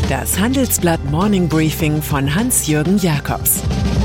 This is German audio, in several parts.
Das Handelsblatt Morning Briefing von Hans-Jürgen Jakobs.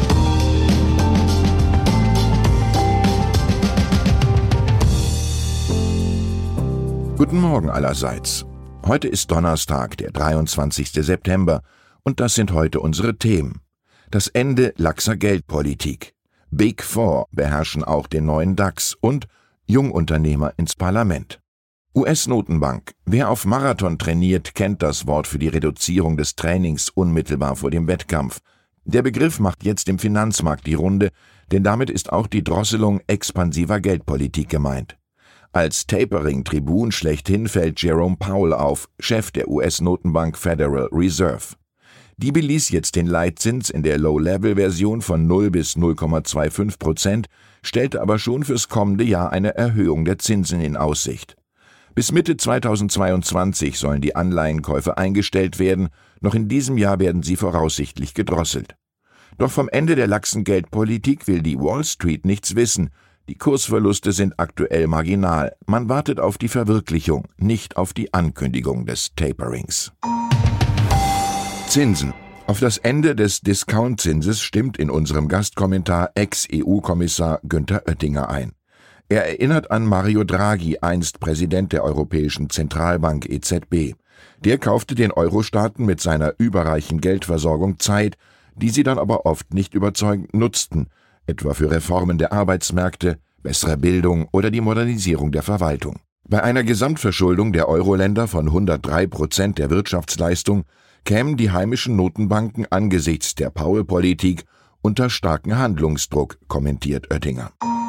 Guten Morgen allerseits. Heute ist Donnerstag, der 23. September, und das sind heute unsere Themen. Das Ende laxer Geldpolitik. Big Four beherrschen auch den neuen DAX und Jungunternehmer ins Parlament. US-Notenbank. Wer auf Marathon trainiert, kennt das Wort für die Reduzierung des Trainings unmittelbar vor dem Wettkampf. Der Begriff macht jetzt im Finanzmarkt die Runde, denn damit ist auch die Drosselung expansiver Geldpolitik gemeint. Als Tapering-Tribun schlechthin fällt Jerome Powell auf, Chef der US-Notenbank Federal Reserve. Die beließ jetzt den Leitzins in der Low-Level-Version von 0 bis 0,25%, stellte aber schon fürs kommende Jahr eine Erhöhung der Zinsen in Aussicht. Bis Mitte 2022 sollen die Anleihenkäufe eingestellt werden, noch in diesem Jahr werden sie voraussichtlich gedrosselt. Doch vom Ende der laxen Geldpolitik will die Wall Street nichts wissen. Die Kursverluste sind aktuell marginal. Man wartet auf die Verwirklichung, nicht auf die Ankündigung des Taperings. Zinsen. Auf das Ende des Discount-Zinses stimmt in unserem Gastkommentar Ex-EU-Kommissar Günther Oettinger ein. Er erinnert an Mario Draghi, einst Präsident der Europäischen Zentralbank EZB. Der kaufte den Euro-Staaten mit seiner überreichen Geldversorgung Zeit, die sie dann aber oft nicht überzeugend nutzten, etwa für Reformen der Arbeitsmärkte, bessere Bildung oder die Modernisierung der Verwaltung. Bei einer Gesamtverschuldung der Euro-Länder von 103% der Wirtschaftsleistung kämen die heimischen Notenbanken angesichts der Powell-Politik unter starken Handlungsdruck, kommentiert Oettinger.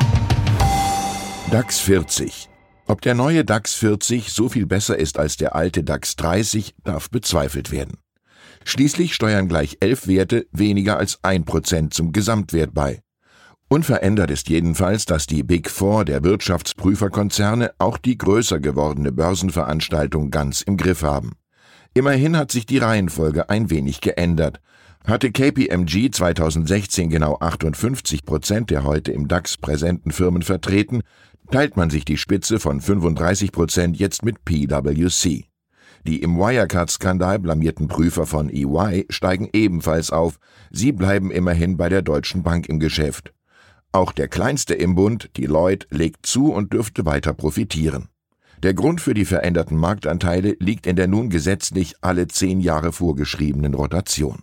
DAX 40. Ob der neue DAX 40 so viel besser ist als der alte DAX 30, darf bezweifelt werden. Schließlich steuern gleich 11 Werte weniger als 1% zum Gesamtwert bei. Unverändert ist jedenfalls, dass die Big Four der Wirtschaftsprüferkonzerne auch die größer gewordene Börsenveranstaltung ganz im Griff haben. Immerhin hat sich die Reihenfolge ein wenig geändert. Hatte KPMG 2016 genau 58% der heute im DAX präsenten Firmen vertreten, teilt man sich die Spitze von 35% jetzt mit PwC. Die im Wirecard-Skandal blamierten Prüfer von EY steigen ebenfalls auf. Sie bleiben immerhin bei der Deutschen Bank im Geschäft. Auch der kleinste im Bund, Deloitte, legt zu und dürfte weiter profitieren. Der Grund für die veränderten Marktanteile liegt in der nun gesetzlich alle 10 Jahre vorgeschriebenen Rotation.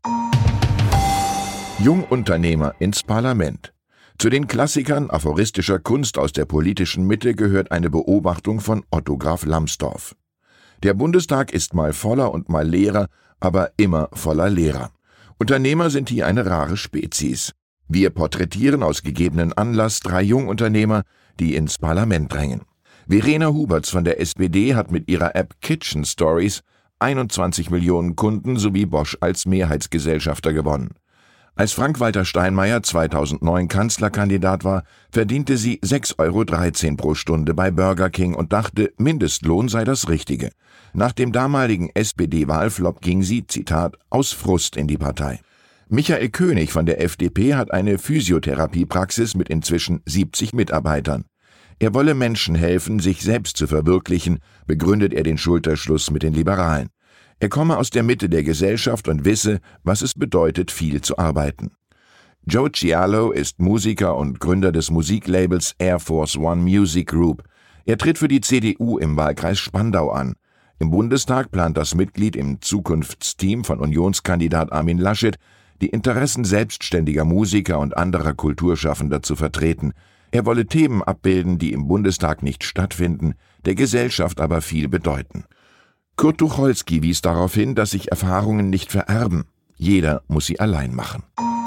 Jungunternehmer ins Parlament. Zu den Klassikern aphoristischer Kunst aus der politischen Mitte gehört eine Beobachtung von Otto Graf Lambsdorff. Der Bundestag ist mal voller und mal leerer, aber immer voller Lehrer. Unternehmer sind hier eine rare Spezies. Wir porträtieren aus gegebenen Anlass 3 Jungunternehmer, die ins Parlament drängen. Verena Huberts von der SPD hat mit ihrer App Kitchen Stories 21 Millionen Kunden sowie Bosch als Mehrheitsgesellschafter gewonnen. Als Frank-Walter Steinmeier 2009 Kanzlerkandidat war, verdiente sie 6,13 € pro Stunde bei Burger King und dachte, Mindestlohn sei das Richtige. Nach dem damaligen SPD-Wahlflop ging sie, Zitat, aus Frust in die Partei. Michael König von der FDP hat eine Physiotherapiepraxis mit inzwischen 70 Mitarbeitern. Er wolle Menschen helfen, sich selbst zu verwirklichen, begründet er den Schulterschluss mit den Liberalen. Er komme aus der Mitte der Gesellschaft und wisse, was es bedeutet, viel zu arbeiten. Joe Cialo ist Musiker und Gründer des Musiklabels Air Force One Music Group. Er tritt für die CDU im Wahlkreis Spandau an. Im Bundestag plant das Mitglied im Zukunftsteam von Unionskandidat Armin Laschet, die Interessen selbstständiger Musiker und anderer Kulturschaffender zu vertreten. Er wolle Themen abbilden, die im Bundestag nicht stattfinden, der Gesellschaft aber viel bedeuten. Kurt Tucholsky wies darauf hin, dass sich Erfahrungen nicht vererben. Jeder muss sie allein machen.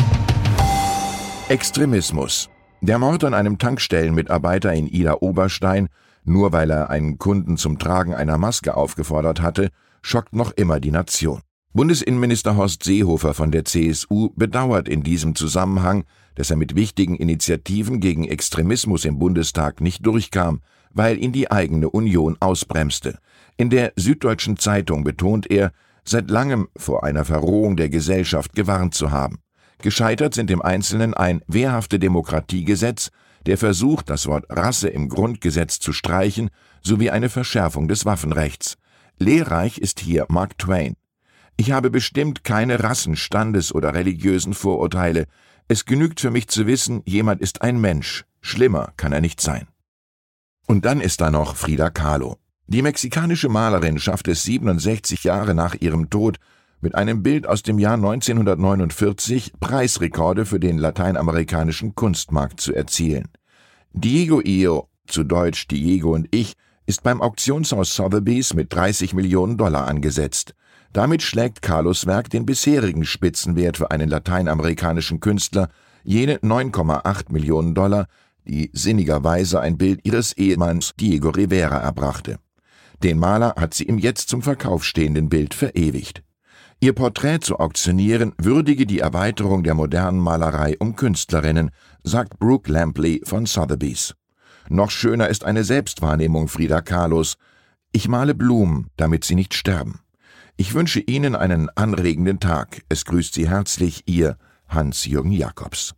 Extremismus. Der Mord an einem Tankstellenmitarbeiter in Idar-Oberstein, nur weil er einen Kunden zum Tragen einer Maske aufgefordert hatte, schockt noch immer die Nation. Bundesinnenminister Horst Seehofer von der CSU bedauert in diesem Zusammenhang, dass er mit wichtigen Initiativen gegen Extremismus im Bundestag nicht durchkam, weil ihn die eigene Union ausbremste. In der Süddeutschen Zeitung betont er, seit langem vor einer Verrohung der Gesellschaft gewarnt zu haben. Gescheitert sind im Einzelnen ein wehrhafte Demokratiegesetz, der Versuch, das Wort Rasse im Grundgesetz zu streichen, sowie eine Verschärfung des Waffenrechts. Lehrreich ist hier Mark Twain. Ich habe bestimmt keine Rassen-, Standes- oder religiösen Vorurteile. Es genügt für mich zu wissen, jemand ist ein Mensch. Schlimmer kann er nicht sein. Und dann ist da noch Frida Kahlo. Die mexikanische Malerin schafft es 67 Jahre nach ihrem Tod, mit einem Bild aus dem Jahr 1949 Preisrekorde für den lateinamerikanischen Kunstmarkt zu erzielen. Diego y yo, zu Deutsch Diego und ich, ist beim Auktionshaus Sotheby's mit 30 Millionen Dollar angesetzt. Damit schlägt Kahlos Werk den bisherigen Spitzenwert für einen lateinamerikanischen Künstler, jene 9,8 Millionen Dollar, die sinnigerweise ein Bild ihres Ehemanns Diego Rivera erbrachte. Den Maler hat sie im jetzt zum Verkauf stehenden Bild verewigt. Ihr Porträt zu auktionieren würdige die Erweiterung der modernen Malerei um Künstlerinnen, sagt Brooke Lampley von Sotheby's. Noch schöner ist eine Selbstwahrnehmung Frida Kahlos. Ich male Blumen, damit sie nicht sterben. Ich wünsche Ihnen einen anregenden Tag. Es grüßt Sie herzlich, Ihr Hans-Jürgen Jakobs.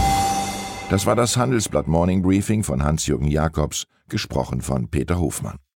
Das war das Handelsblatt Morning Briefing von Hans-Jürgen Jakobs, gesprochen von Peter Hofmann.